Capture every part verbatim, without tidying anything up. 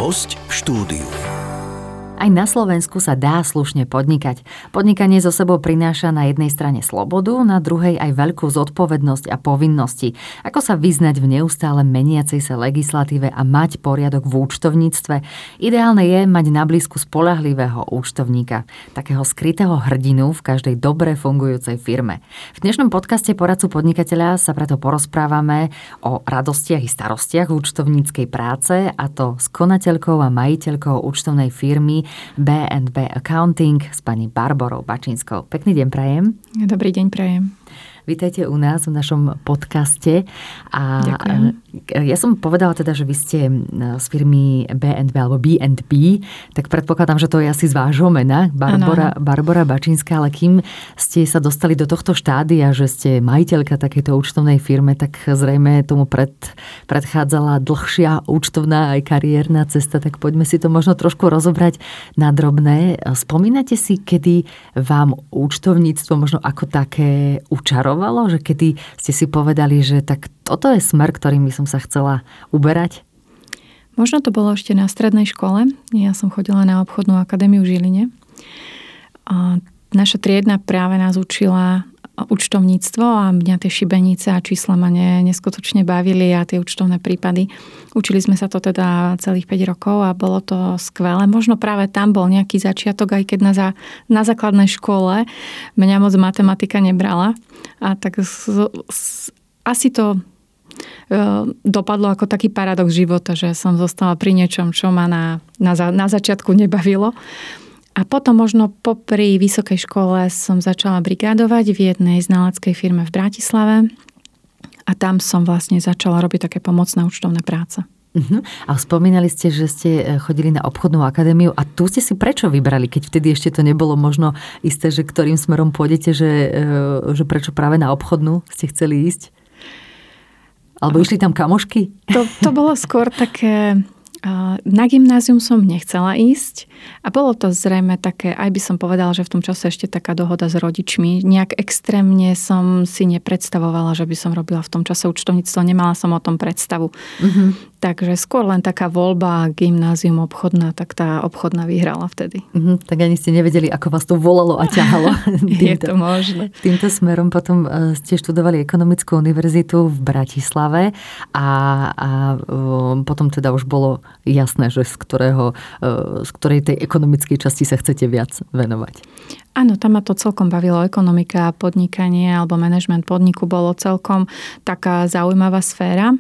Hosť v štúdiu. Aj na Slovensku sa dá slušne podnikať. Podnikanie so sebou prináša na jednej strane slobodu, na druhej aj veľkú zodpovednosť a povinnosti. Ako sa vyznať v neustále meniacej sa legislatíve a mať poriadok v účtovníctve? Ideálne je mať na blízku spoľahlivého účtovníka, takého skrytého hrdinu v každej dobre fungujúcej firme. V dnešnom podcaste Poradcu podnikateľa sa preto porozprávame o radostiach i starostiach účtovníckej práce, a to s konateľkou a majiteľkou účtovnej firmy bé and bé Accounting s pani Barborou Bačinskou. Pekný deň prajem. Dobrý deň prajem. Vítajte u nás v našom podcaste. A ďakujem. Ja som povedala teda, že vy ste z firmy bé and bé alebo bé and bé, tak predpokladám, že to je asi z vášho mena, Barbora, Barbora Bačinská, ale kým ste sa dostali do tohto štádia, že ste majiteľka takejto účtovnej firme, tak zrejme tomu pred, predchádzala dlhšia účtovná aj kariérna cesta, tak poďme si to možno trošku rozobrať na drobné. Spomínate si, kedy vám účtovníctvo možno ako také učarovalo? Že kedy ste si povedali, že tak toto je smer, ktorým by som sa chcela uberať? Možno to bolo ešte na strednej škole. Ja som chodila na obchodnú akadémiu v Žiline. A naša triedna práve nás učila účtovníctvo a mňa tie šibenice a čísla ma ne, neskutočne bavili a tie účtovné prípady. Učili sme sa to teda celých päť rokov a bolo to skvelé. Možno práve tam bol nejaký začiatok, aj keď na, za, na základnej škole mňa moc matematika nebrala. A tak z, z, asi to e, dopadlo ako taký paradox života, že som zostala pri niečom, čo ma na, na, na začiatku nebavilo. A potom možno popri vysokej škole som začala brigádovať v jednej znaleckej firme v Bratislave a tam som vlastne začala robiť také pomocné účtovné práce. Uh-huh. A spomínali ste, že ste chodili na obchodnú akadémiu a tu ste si prečo vybrali, keď vtedy ešte to nebolo možno isté, že ktorým smerom pôjdete, že, že prečo práve na obchodnú ste chceli ísť? Alebo išli tam kamošky? To, to bolo skôr také... Na gymnázium som nechcela ísť a bolo to zrejme také, aj by som povedala, že v tom čase ešte taká dohoda s rodičmi. Nejak extrémne som si nepredstavovala, že by som robila v tom čase účtovníctvo. Nemala som o tom predstavu. Mm-hmm. Takže skôr len taká voľba gymnázium obchodná, tak tá obchodná vyhrala vtedy. Mm-hmm. Tak ani ste nevedeli, ako vás to volalo a ťahalo. Je to možné. Týmto smerom potom ste študovali ekonomickú univerzitu v Bratislave a, a potom teda už bolo jasné, že z, ktorého, z ktorej tej ekonomickej časti sa chcete viac venovať. Áno, tam ma to celkom bavilo. Ekonomika, podnikanie alebo manažment podniku bolo celkom taká zaujímavá sféra.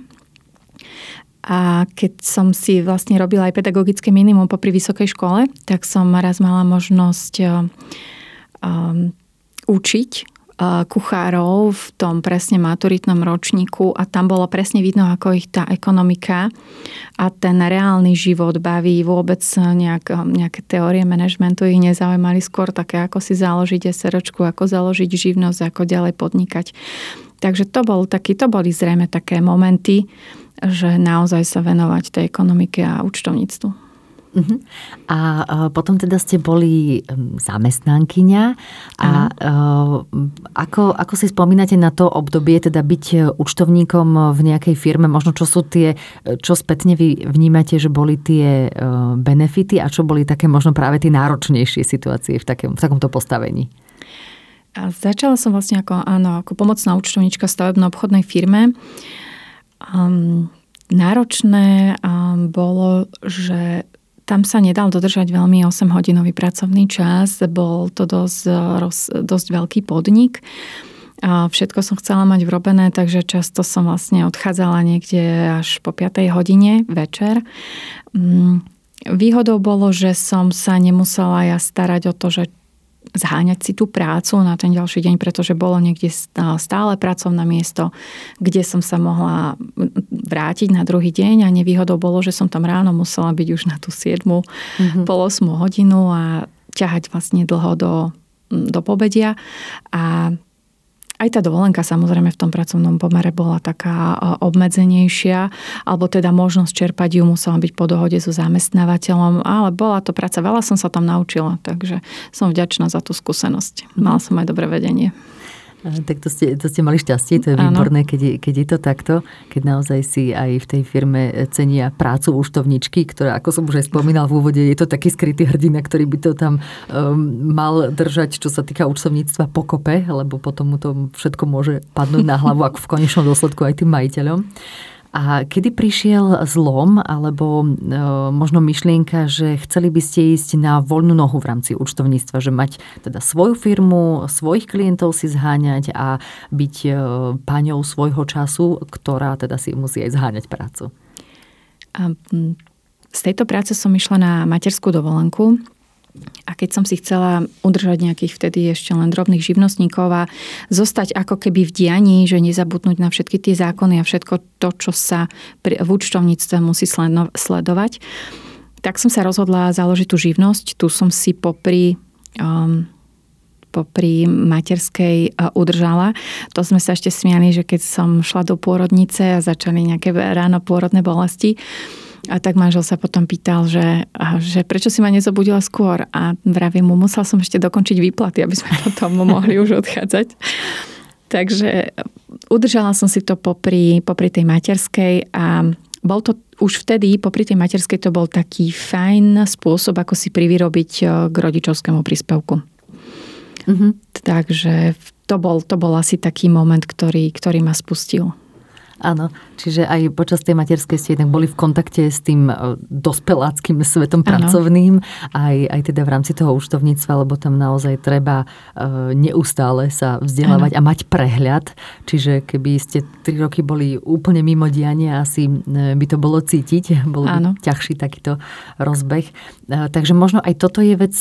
A keď som si vlastne robila aj pedagogické minimum popri vysokej škole, tak som raz mala možnosť um, učiť kuchárov v tom presne maturitnom ročníku a tam bolo presne vidno, ako ich tá ekonomika a ten reálny život baví. Vôbec nejak, nejaké teórie manažmentu ich nezaujímali, skôr také, ako si založiť SROčku, ako založiť živnosť, ako ďalej podnikať. Takže to, bol taký, to boli zrejme také momenty, že naozaj sa venovať tej ekonomike a účtovníctvu. Uh-huh. A potom teda ste boli zamestnankyňa a uh-huh. ako, ako si spomínate na to obdobie, teda byť účtovníkom v nejakej firme, možno čo sú tie, čo spätne vy vnímate, že boli tie benefity a čo boli také možno práve tie náročnejšie situácie v, takém, v takomto postavení? A začala som vlastne ako, áno, ako pomocná účtovníčka v stavebno-obchodnej firme. Um, náročné um, bolo, že tam sa nedal dodržať veľmi osemhodinový pracovný čas. Bol to dosť, dosť veľký podnik. Všetko som chcela mať vrobené, takže často som vlastne odchádzala niekde až po piatej hodine večer. Výhodou bolo, že som sa nemusela ja starať o to, že zháňať si tú prácu na ten ďalší deň, pretože bolo niekde stále pracovné miesto, kde som sa mohla vrátiť na druhý deň a nevýhodou bolo, že som tam ráno musela byť už na tú siedmu, mm-hmm. pol osmu hodinu a ťahať vlastne dlho do, do pobedia. A aj tá dovolenka samozrejme v tom pracovnom pomere bola taká obmedzenejšia, alebo teda možnosť čerpať ju musela byť po dohode so zamestnávateľom, ale bola to práca, veľa som sa tam naučila, takže som vďačná za tú skúsenosť. Mala som aj dobré vedenie. Tak to ste, to ste mali šťastie, to je výborné, keď je, keď je to takto, keď naozaj si aj v tej firme cenia prácu účtovničky, ktorá, ako som už aj spomínal v úvode, je to taký skrytý hrdina, ktorý by to tam um, mal držať, čo sa týka účtovníctva pokope, lebo potom mu to všetko môže padnúť na hlavu, ako v konečnom dôsledku aj tým majiteľom. A kedy prišiel zlom, alebo e, možno myšlienka, že chceli by ste ísť na voľnú nohu v rámci účtovníctva, že mať teda svoju firmu, svojich klientov si zháňať a byť e, páňou svojho času, ktorá teda si musí aj zháňať prácu? A z tejto práce som išla na materskú dovolenku. A keď som si chcela udržať nejakých vtedy ešte len drobných živnostníkov a zostať ako keby v dianí, že nezabudnúť na všetky tie zákony a všetko to, čo sa v účtovníctve musí sledovať, tak som sa rozhodla založiť tú živnosť. Tu som si popri, um, popri materskej uh, udržala. To sme sa ešte smiali, že keď som šla do pôrodnice a začali nejaké ráno pôrodné bolesti, a tak manžel sa potom pýtal, že, že prečo si ma nezobudila skôr. A vravím mu, musela som ešte dokončiť výplaty, aby sme potom mohli už odchádzať. Takže udržala som si to popri, popri tej materskej a bol to už vtedy, popri tej materskej to bol taký fajn spôsob, ako si privyrobiť k rodičovskému príspevku. Mm-hmm. Takže to bol, to bol asi taký moment, ktorý, ktorý ma spustil. Áno, čiže aj počas tej materskej ste jednak boli v kontakte s tým dospeláckým svetom pracovným, aj, aj teda v rámci toho účtovníctva, lebo tam naozaj treba neustále sa vzdelávať ano. A mať prehľad. Čiže keby ste tri roky boli úplne mimo diania, asi by to bolo cítiť, bol by ťažší takýto rozbeh. Takže možno aj toto je vec,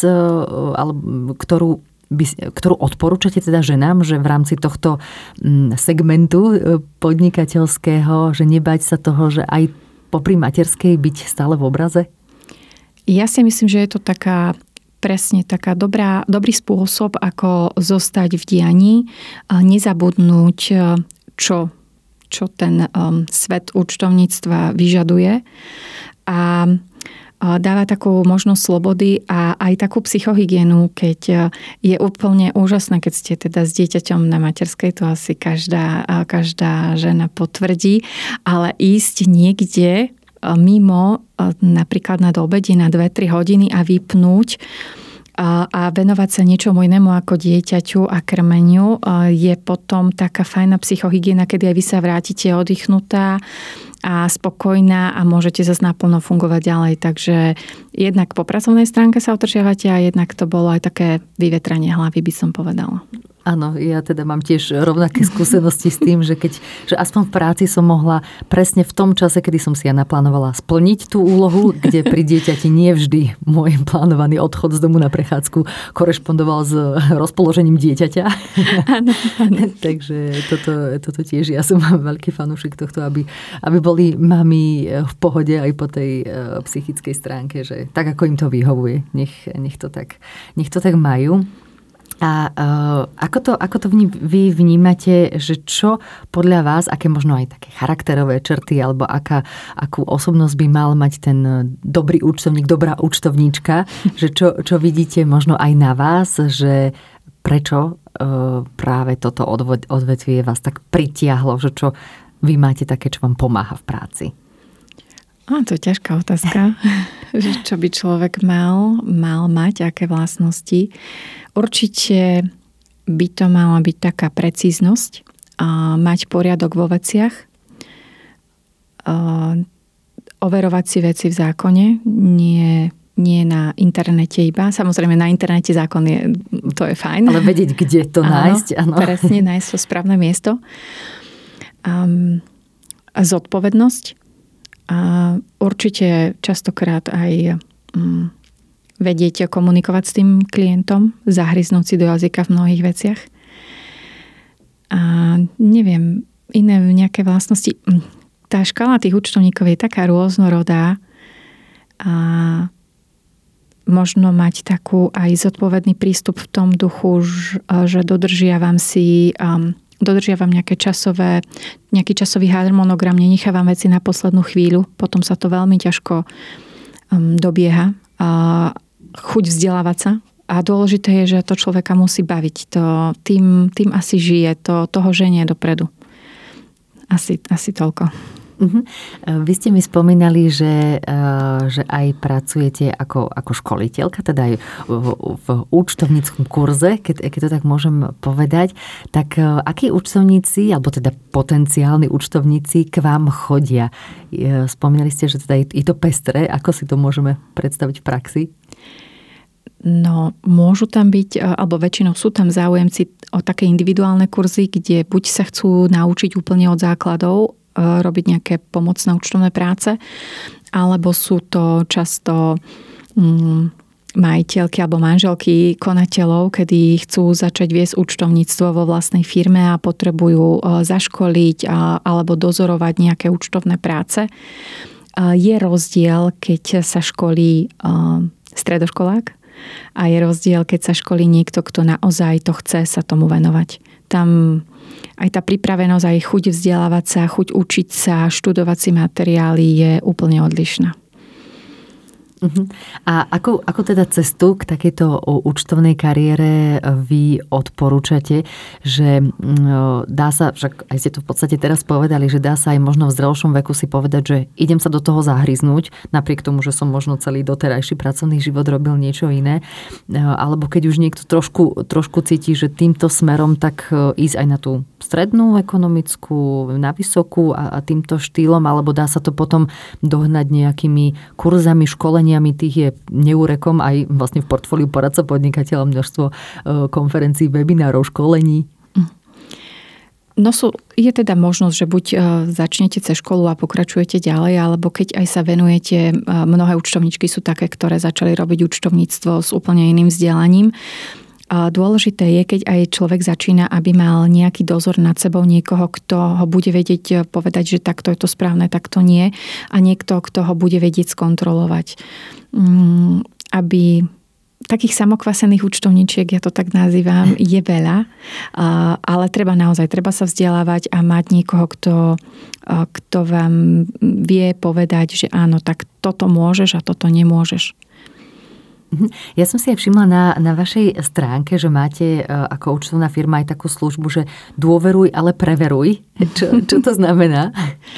ktorú By, ktorú odporúčate teda ženám, že v rámci tohto segmentu podnikateľského, že nebať sa toho, že aj popri materskej byť stále v obraze? Ja si myslím, že je to taká presne taká dobrá, dobrý spôsob, ako zostať v dianí, nezabudnúť, čo, čo ten um, svet účtovníctva vyžaduje a dáva takú možnosť slobody a aj takú psychohygienu, keď je úplne úžasné, keď ste teda s dieťaťom na materskej, to asi každá, každá žena potvrdí, ale ísť niekde mimo, napríklad na obede na dve tri hodiny a vypnúť a venovať sa niečomu inému ako dieťaťu a krmeniu, je potom taká fajná psychohygiena, kedy aj vy sa vrátite oddychnutá a spokojná a môžete zase naplno fungovať ďalej. Takže jednak po pracovnej stránke sa udržiavate a jednak to bolo aj také vyvetranie hlavy, by som povedala. Áno, ja teda mám tiež rovnaké skúsenosti s tým, že keď, že aspoň v práci som mohla presne v tom čase, kedy som si ja naplánovala splniť tú úlohu, kde pri dieťati nie vždy môj plánovaný odchod z domu na prechádzku korešpondoval s rozpoložením dieťaťa. Áno, áno. Takže toto, toto tiež, ja som veľký fanúšik tohto, aby, aby boli mami v pohode aj po tej psychickej stránke, že tak, ako im to vyhovuje, nech, nech, to, tak, nech to tak majú. A uh, ako to, ako to vy vnímate, že čo podľa vás, aké možno aj také charakterové črty, alebo aká, akú osobnosť by mal mať ten dobrý účtovník, dobrá účtovníčka, že čo, čo vidíte možno aj na vás, že prečo uh, práve toto odvetvie vás tak pritiahlo, že čo vy máte také, čo vám pomáha v práci? A to je ťažká otázka, že čo by človek mal, mal mať, aké vlastnosti. Určite by to mala byť taká precíznosť, a mať poriadok vo veciach, a overovať si veci v zákone, nie, nie na internete iba. Samozrejme, na internete zákon je, to je fajn. Ale vedieť, kde to áno, nájsť. Áno, presne, nájsť to správne miesto. Um, a zodpovednosť. A určite častokrát aj um, vedieť komunikovať s tým klientom, zahryznúť si do jazyka v mnohých veciach. A neviem, iné nejaké vlastnosti. Tá škála tých účtovníkov je taká rôznorodá a možno mať takú aj zodpovedný prístup v tom duchu, že dodržiavam si um, dodržiavam nejaké časové, nejaký časový harmonogram, nenechávam veci na poslednú chvíľu, potom sa to veľmi ťažko um, dobieha. A chuť vzdelávať sa A dôležité je, že to človeka musí baviť. To, tým, tým asi žije, to, toho ženie dopredu. Asi, asi toľko. Uh-huh. Vy ste mi spomínali, že, že aj pracujete ako, ako školiteľka, teda aj v, v účtovníckom kurze, keď, keď to tak môžem povedať. Tak akí účtovníci, alebo teda potenciálni účtovníci k vám chodia? Spomínali ste, že teda je to pestré. Ako si to môžeme predstaviť v praxi? No, môžu tam byť, alebo väčšinou sú tam záujemci o také individuálne kurzy, kde buď sa chcú naučiť úplne od základov, robiť nejaké pomocné účtovné práce, alebo sú to často mm, majiteľky alebo manželky konateľov, kedy chcú začať viesť účtovníctvo vo vlastnej firme a potrebujú zaškoliť alebo dozorovať nejaké účtovné práce. Je rozdiel, keď sa školí stredoškolák a je rozdiel, keď sa školí niekto, kto naozaj to chce sa tomu venovať. Tam aj tá pripravenosť, aj chuť vzdelávať sa, chuť učiť sa, študovať si materiály je úplne odlišná. Uh-huh. A ako, ako teda cestu k takejto účtovnej kariére vy odporúčate, že dá sa, však aj ste to v podstate teraz povedali, že dá sa aj možno v zrelšom veku si povedať, že idem sa do toho zahryznúť, napriek tomu, že som možno celý doterajší pracovný život robil niečo iné, alebo keď už niekto trošku, trošku cíti, že týmto smerom, tak ísť aj na tú strednú ekonomickú, na vysokú a, a týmto štýlom, alebo dá sa to potom dohnať nejakými kurzami, školeniami. Tých je neúrekom aj vlastne v portfóliu poradca podnikateľa množstvo konferencií, webinárov, školení. No sú, je teda možnosť, že buď začnete cez školu a pokračujete ďalej, alebo keď aj sa venujete, mnohé účtovníčky sú také, ktoré začali robiť účtovníctvo s úplne iným vzdelaním. A dôležité je, keď aj človek začína, aby mal nejaký dozor nad sebou, niekoho, kto ho bude vedieť povedať, že takto je to správne, takto nie. A niekto, kto ho bude vedieť skontrolovať. Aby takých samokvasených účtovníčiek, ja to tak nazývam, je veľa. Ale treba naozaj, treba sa vzdelávať a mať niekoho, kto, kto vám vie povedať, že áno, tak toto môžeš a toto nemôžeš. Ja som si aj všimla na, na vašej stránke, že máte ako účtovná firma aj takú službu, že dôveruj, ale preveruj. Čo, čo to znamená?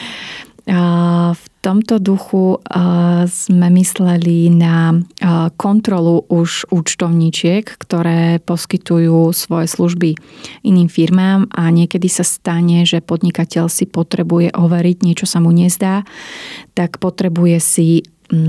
V tomto duchu sme mysleli na kontrolu už účtovníčiek, ktoré poskytujú svoje služby iným firmám a niekedy sa stane, že podnikateľ si potrebuje overiť, niečo sa mu nezdá, tak potrebuje si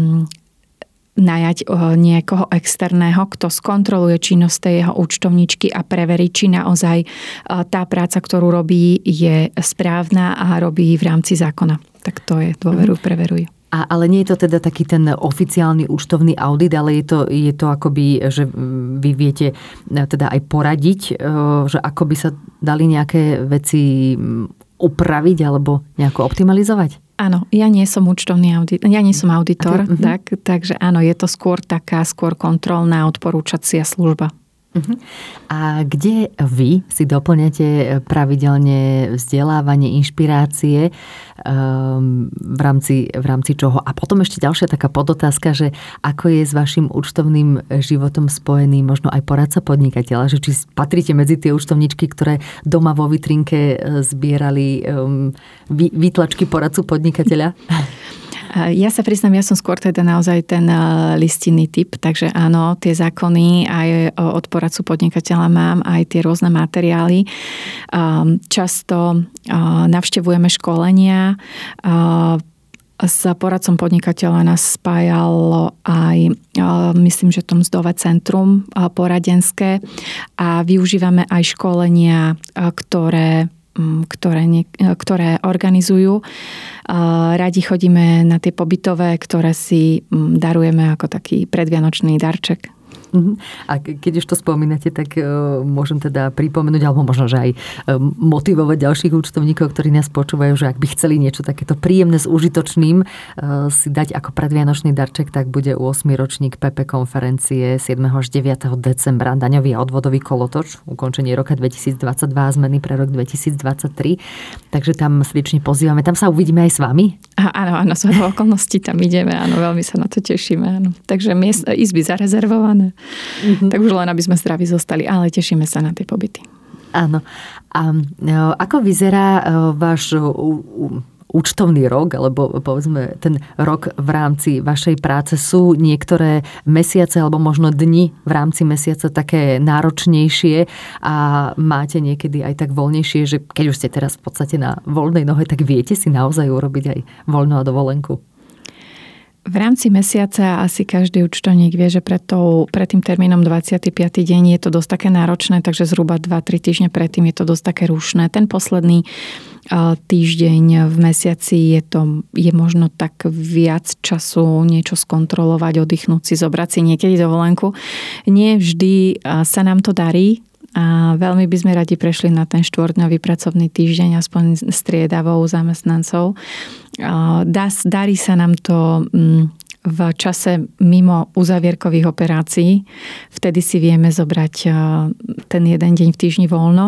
najať niekoho externého, kto skontroluje činnosť tej jeho účtovničky a preverí, či naozaj tá práca, ktorú robí, je správna a robí v rámci zákona. Tak to je dôveruj, preveruj. A, ale nie je to teda taký ten oficiálny účtovný audit, ale je to, je to akoby, že vy viete teda aj poradiť, že ako by sa dali nejaké veci upraviť alebo nejako optimalizovať? Áno, ja nie som účtovný audit, ja nie som auditor, okay. tak, takže áno, je to skôr taká, skôr kontrolná odporúčacia služba. Uh-huh. A kde vy si doplňate pravidelne vzdelávanie, inšpirácie um, v rámci, v rámci čoho? A potom ešte ďalšia taká podotázka, že ako je s vašim účtovným životom spojený možno aj poradca podnikateľa, že či patríte medzi tie účtovničky, ktoré doma vo vitrinke zbierali um, vý, výtlačky poradcu podnikateľa? Ja sa priznám, ja som skôr teda naozaj ten listinný typ, takže áno, tie zákony aj od poradcu podnikateľa mám, aj tie rôzne materiály. Často navštevujeme školenia. S poradcom podnikateľa nás spájalo aj, myslím, že to mzdové centrum poradenské a využívame aj školenia, ktoré Ktoré, ktoré organizujú. Radi chodíme na tie pobytové, ktoré si darujeme ako taký predvianočný darček. A keď už to spomínate, tak môžem teda pripomenúť, alebo možno, že aj motivovať ďalších účtovníkov, ktorí nás počúvajú, že ak by chceli niečo takéto príjemné s užitočným si dať ako predvianočný darček, tak bude ôsmy ročník pé pé konferencie siedmeho až deviateho decembra, daňový a odvodový kolotoč, ukončenie roka dvetisícdvadsaťdva a zmeny pre rok dvetisícdvadsaťtri. Takže tam srdečne pozývame. Tam sa uvidíme aj s vami? A, áno, áno, z okolností tam ideme, áno, veľmi sa na to tešíme. Áno. Takže miest, izby zarezervované. Mm-hmm. Tak už len, aby sme zdraví zostali, ale tešíme sa na tie pobyty. Áno. A ako vyzerá váš účtovný rok, alebo povedzme ten rok v rámci vašej práce? Sú niektoré mesiace alebo možno dni v rámci mesiaca také náročnejšie a máte niekedy aj tak voľnejšie, že keď už ste teraz v podstate na voľnej nohe, tak viete si naozaj urobiť aj voľnú a dovolenku? V rámci mesiaca asi každý účtovník vie, že pred, tou, pred tým termínom dvadsiaty piaty deň je to dosť také náročné, takže zhruba dva tri týždne predtým je to dosť také rušné. Ten posledný týždeň v mesiaci je to je možno tak viac času niečo skontrolovať, oddychnúť si, zobrať si niekedy dovolenku. Nie vždy sa nám to darí. A veľmi by sme radi prešli na ten štvorťdňový pracovný týždeň, aspoň striedavou zamestnancov. Dá, darí sa nám to v čase mimo uzavierkových operácií. Vtedy si vieme zobrať ten jeden deň v týždni voľno.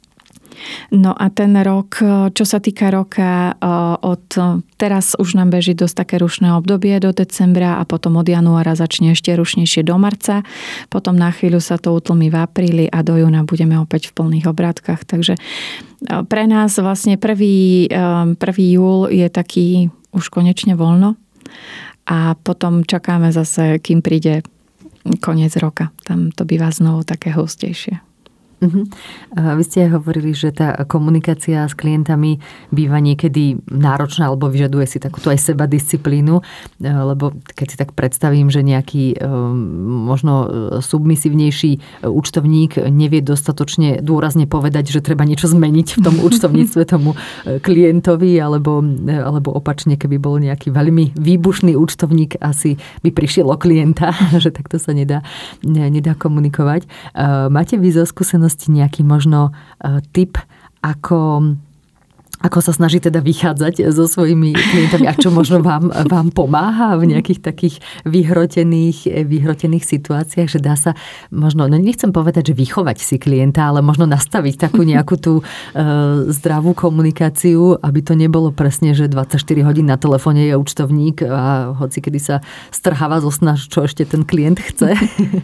No a ten rok, čo sa týka roka, od teraz už nám beží dosť také rušné obdobie do decembra a potom od januára začne ešte rušnejšie do marca. Potom na chvíľu sa to utlmí v apríli a do júna budeme opäť v plných obrátkach. Takže pre nás vlastne prvý, prvý júl je taký už konečne voľno a potom čakáme zase, kým príde koniec roka. Tam to býva znovu také hustejšie. Uh-huh. Vy ste hovorili, že tá komunikácia s klientami býva niekedy náročná alebo vyžaduje si takúto aj sebadisciplínu, lebo keď si tak predstavím, že nejaký možno submisívnejší účtovník nevie dostatočne dôrazne povedať, že treba niečo zmeniť v tom účtovníctve tomu klientovi, alebo, alebo opačne, keby bol nejaký veľmi výbušný účtovník, asi by prišiel o klienta, že takto sa nedá, nedá komunikovať. Máte vy zo skúsenosti nejaký možno tip, ako, ako sa snaží teda vychádzať so svojimi klientami a čo možno vám, vám pomáha v nejakých takých vyhrotených, vyhrotených situáciách, že dá sa možno, no nechcem povedať, že vychovať si klienta, ale možno nastaviť takú nejakú tú e, zdravú komunikáciu, aby to nebolo presne, že dvadsaťštyri hodín na telefóne je účtovník a hoci kedy sa strháva zo sna, čo ešte ten klient chce.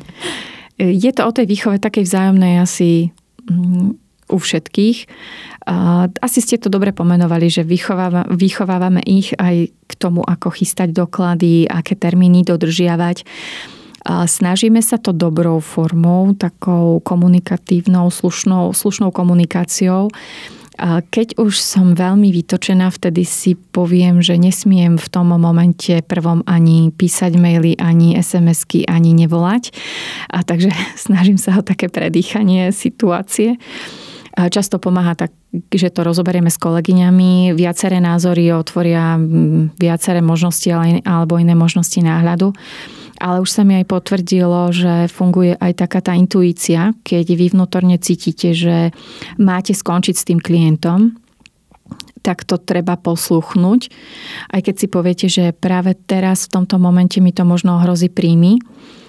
Je to o tej výchove takej vzájomnej asi u všetkých. Asi ste to dobre pomenovali, že vychovávame ich aj k tomu, ako chystať doklady, aké termíny dodržiavať. Snažíme sa to dobrou formou, takou komunikatívnou, slušnou, slušnou komunikáciou. Keď už som veľmi vytočená, vtedy si poviem, že nesmiem v tom momente prvom ani písať maily, ani es em esky, ani nevolať. A takže snažím sa o také predýchanie situácie. Často pomáha tak, že to rozoberieme s kolegyňami. Viaceré názory otvoria viaceré možnosti alebo iné možnosti náhľadu. Ale už sa mi aj potvrdilo, že funguje aj taká tá intuícia, keď vy vnútorne cítite, že máte skončiť s tým klientom, tak to treba posluchnúť. Aj keď si poviete, že práve teraz v tomto momente mi to možno ohrozí príjmy.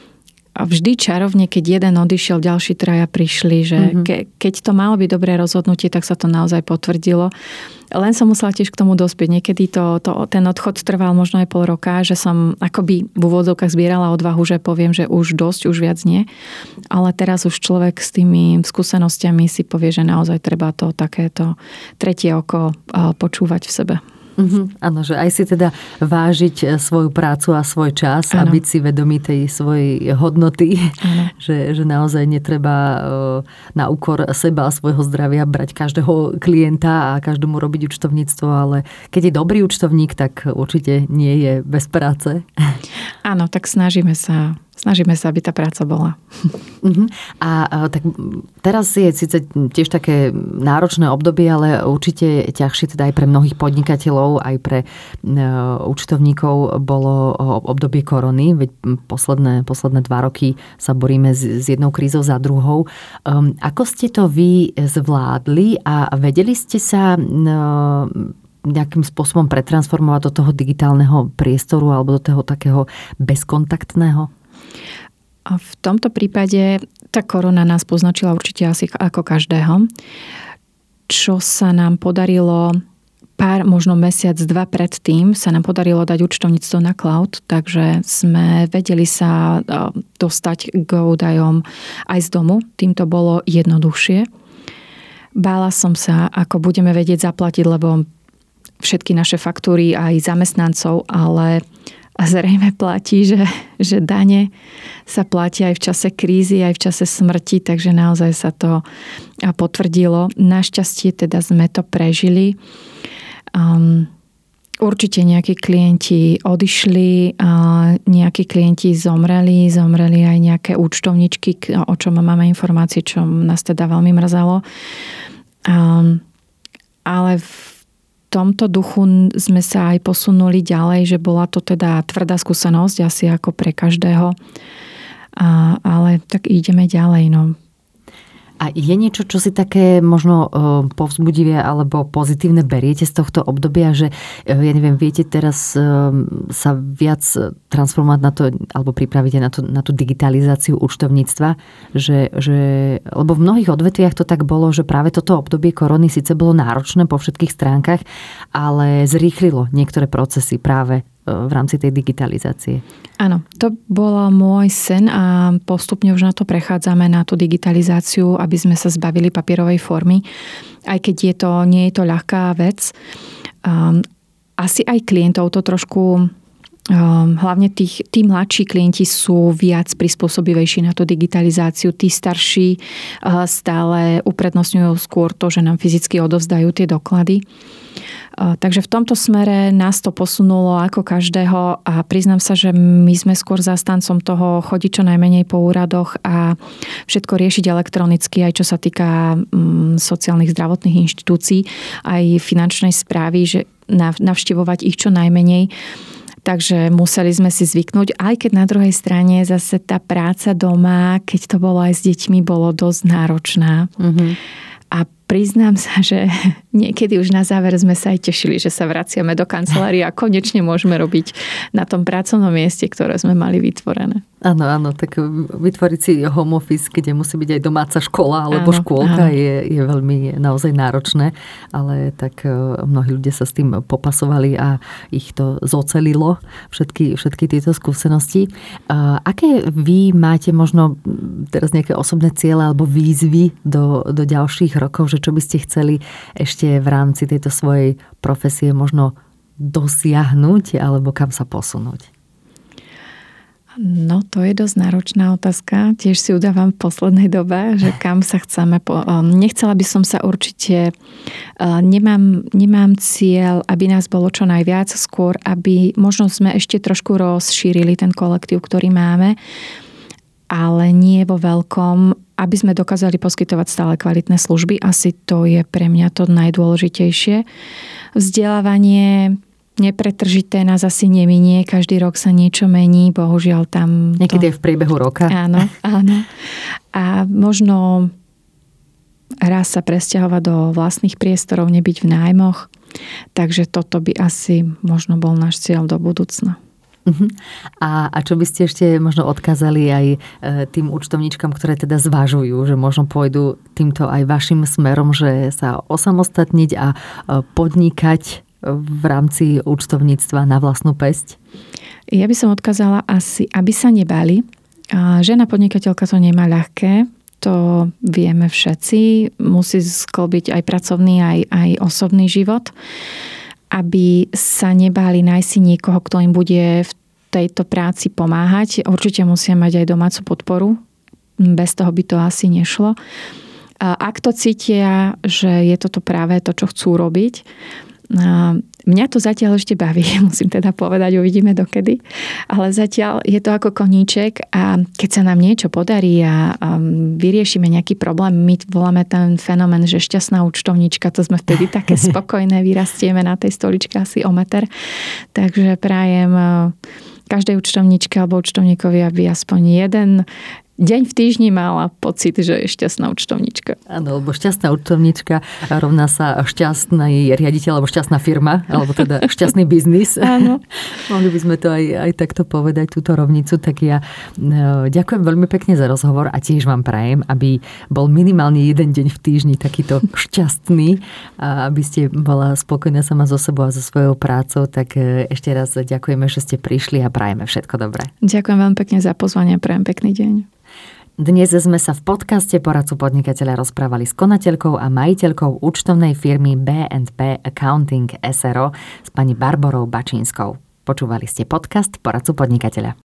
A vždy čarovne, keď jeden odišiel, ďalší traja prišli, že mm-hmm. ke, keď to malo byť dobré rozhodnutie, tak sa to naozaj potvrdilo. Len som musela tiež k tomu dospieť. Niekedy to, to, ten odchod trval možno aj pol roka, že som akoby v úvodzovkách zbierala odvahu, že poviem, že už dosť, už viac nie. Ale teraz už človek s tými skúsenostiami si povie, že naozaj treba to takéto tretie oko počúvať v sebe. Mm-hmm. Áno, že aj si teda vážiť svoju prácu a svoj čas ano. A byť si vedomý tej svojej hodnoty, že, že naozaj netreba na úkor seba a svojho zdravia brať každého klienta a každému robiť účtovníctvo, ale keď je dobrý účtovník, tak určite nie je bez práce. Áno, tak snažíme sa Snažíme sa, aby tá práca bola. Uh-huh. A, a tak teraz je síce tiež také náročné obdobie, ale určite ťažšie teda aj pre mnohých podnikateľov, aj pre uh, účtovníkov bolo obdobie korony. Veď posledné, posledné dva roky sa boríme s, s jednou krízou za druhou. Um, ako ste to vy zvládli a vedeli ste sa uh, nejakým spôsobom pretransformovať do toho digitálneho priestoru alebo do toho takého bezkontaktného? A v tomto prípade tá korona nás poznačila určite asi ako každého. Čo sa nám podarilo pár, možno mesiac, dva predtým sa nám podarilo dať účtovníctvo na cloud, takže sme vedeli sa dostať k údajom aj z domu. Tým to bolo jednoduchšie. Bála som sa, ako budeme vedieť zaplatiť, lebo všetky naše faktúry aj zamestnancov, ale zrejme platí, že, že dane sa platia aj v čase krízy, aj v čase smrti, takže naozaj sa to potvrdilo. Našťastie teda sme to prežili. Um, určite nejakí klienti odišli, uh, nejakí klienti zomreli, zomreli aj nejaké účtovničky, o čom máme informácie, čo nás teda veľmi mrzalo. Um, ale v tomto duchu sme sa aj posunuli ďalej, že bola to teda tvrdá skúsenosť, asi ako pre každého. A, ale tak ideme ďalej. No. A je niečo, čo si také možno povzbudivé alebo pozitívne beriete z tohto obdobia, že ja neviem, viete teraz sa viac transformovať na to, alebo pripravíte na, to, na tú digitalizáciu účtovníctva, že, že, lebo v mnohých odvetviach to tak bolo, že práve toto obdobie korony síce bolo náročné po všetkých stránkach, ale zrýchlilo niektoré procesy práve v rámci tej digitalizácie. Áno, to bol môj sen a postupne už na to prechádzame, na tú digitalizáciu, aby sme sa zbavili papierovej formy. Aj keď je to, nie je to ľahká vec. Um, asi aj klientov to trošku, um, hlavne tých, tí mladší klienti sú viac prispôsobivejší na tú digitalizáciu. Tí starší uh, stále uprednostňujú skôr to, že nám fyzicky odovzdajú tie doklady. Takže v tomto smere nás to posunulo ako každého a priznám sa, že my sme skôr zástancom toho chodiť čo najmenej po úradoch a všetko riešiť elektronicky, aj čo sa týka sociálnych zdravotných inštitúcií, aj finančnej správy, že navštevovať ich čo najmenej. Takže museli sme si zvyknúť, aj keď na druhej strane zase tá práca doma, keď to bolo aj s deťmi, bolo dosť náročná. Mm-hmm. A priznám sa, že niekedy už na záver sme sa aj tešili, že sa vraciame do kancelárie a konečne môžeme robiť na tom pracovnom mieste, ktoré sme mali vytvorené. Áno, áno, tak vytvoriť si home office, kde musí byť aj domáca škola alebo áno, škôlka áno. Je, je veľmi naozaj náročné, ale tak mnohí ľudia sa s tým popasovali a ich to zocelilo, všetky, všetky tieto skúsenosti. Aké vy máte možno teraz nejaké osobné ciele alebo výzvy do, do ďalších rokov, že čo by ste chceli ešte v rámci tejto svojej profesie možno dosiahnuť alebo kam sa posunúť? No, to je dosť náročná otázka. Tiež si udávam v poslednej dobe, že kam sa chceme... Po... Nechcela by som sa určite... Nemám, nemám cieľ, aby nás bolo čo najviac, skôr, aby možno sme ešte trošku rozšírili ten kolektív, ktorý máme, ale nie vo veľkom, aby sme dokázali poskytovať stále kvalitné služby. Asi to je pre mňa to najdôležitejšie. Vzdelávanie nepretržité nás asi neminie. Každý rok sa niečo mení. Bohužiaľ tam... Niekedy to... v priebehu roka. Áno, áno. A možno raz sa presťahovať do vlastných priestorov, nebyť v nájmoch. Takže toto by asi možno bol náš cieľ do budúcna. Uh-huh. A, a čo by ste ešte možno odkázali aj tým účtovníčkam, ktoré teda zvažujú, že možno pôjdu týmto aj vašim smerom, že sa osamostatniť a podnikať v rámci účtovníctva na vlastnú päsť? Ja by som odkázala asi, aby sa nebáli. Žena podnikateľka to nemá ľahké, to vieme všetci. Musí sklbiť aj pracovný, aj, aj osobný život. Aby sa nebáli nájsť si niekoho, kto im bude v tejto práci pomáhať. Určite musia mať aj domácu podporu. Bez toho by to asi nešlo. Ak to cítia, že je toto práve to, čo chcú robiť, mňa to zatiaľ ešte baví, musím teda povedať, uvidíme dokedy. Ale zatiaľ je to ako koníček a keď sa nám niečo podarí a vyriešime nejaký problém, my voláme ten fenomén, že šťastná účtovníčka, to sme vtedy také spokojné, vyrastieme na tej stoličke asi o meter. Takže prajem každej účtovníčke alebo účtovníkovi, aby aspoň jeden deň v týždni mala pocit, že je šťastná účtovníčka. Áno, lebo šťastná účtovníčka rovná sa šťastný riaditeľ, alebo šťastná firma, alebo teda šťastný biznis. Áno. Mohli by sme to aj, aj takto povedať, túto rovnicu. Tak ja ďakujem veľmi pekne za rozhovor a tiež vám prajem, aby bol minimálne jeden deň v týždni takýto šťastný a aby ste bola spokojná sama so sebou a so svojou prácou. Tak ešte raz ďakujeme, že ste prišli a prajeme všetko dobré. Ďakujem veľmi pekne za pozvanie a prajem pekný deň. Dnes sme sa v podcaste Poradcu podnikateľa rozprávali s konateľkou a majiteľkou účtovnej firmy bé and bé Accounting es er o s pani Barborou Bačínskou. Počúvali ste podcast Poradcu podnikateľa.